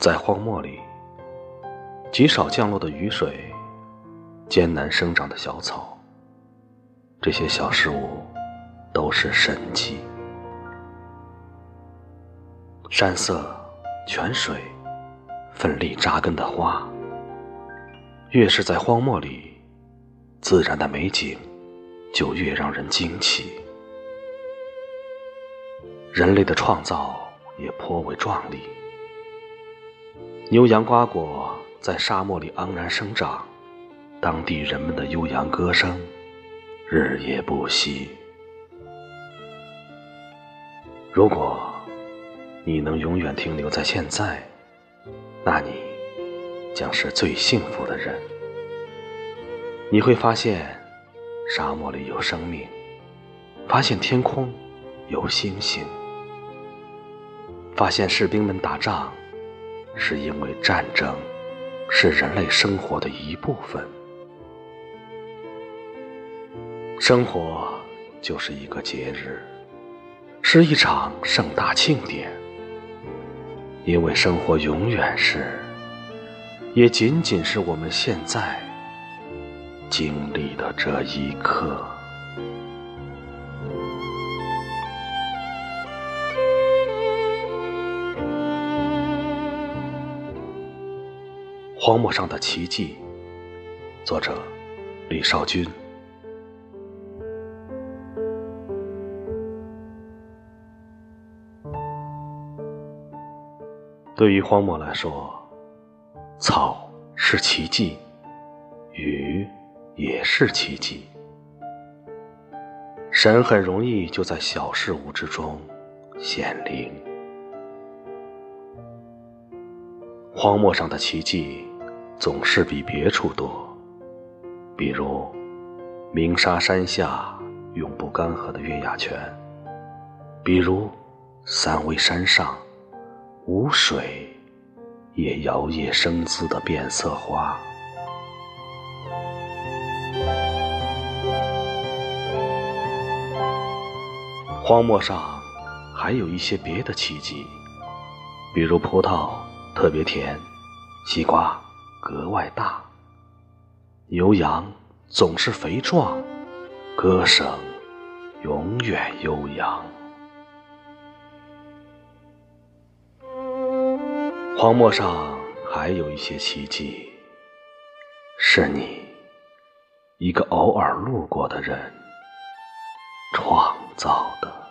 在荒漠里，极少降落的雨水，艰难生长的小草，这些小事物都是神迹。山色、泉水，奋力扎根的花，越是在荒漠里，自然的美景就越让人惊奇。人类的创造也颇为壮丽。牛羊瓜果在沙漠里昂然生长，当地人们的悠扬歌声日夜不息。如果你能永远停留在现在，那你将是最幸福的人。你会发现沙漠里有生命，发现天空有星星，发现士兵们打仗是因为战争是人类生活的一部分。生活就是一个节日，是一场盛大庆典，因为生活永远是，也仅仅是我们现在经历的这一刻。荒漠上的奇迹，作者李少君。对于荒漠来说，草是奇迹，雨也是奇迹。神很容易就在小事物之中显灵。荒漠上的奇迹总是比别处多，比如鸣沙山下永不干涸的月牙泉，比如三危山上无水也摇曳生姿的变色花。荒漠上还有一些别的奇迹，比如葡萄特别甜，西瓜格外大，牛羊总是肥壮，歌声永远悠扬。荒漠上还有一些奇迹，是你一个偶尔路过的人创造的。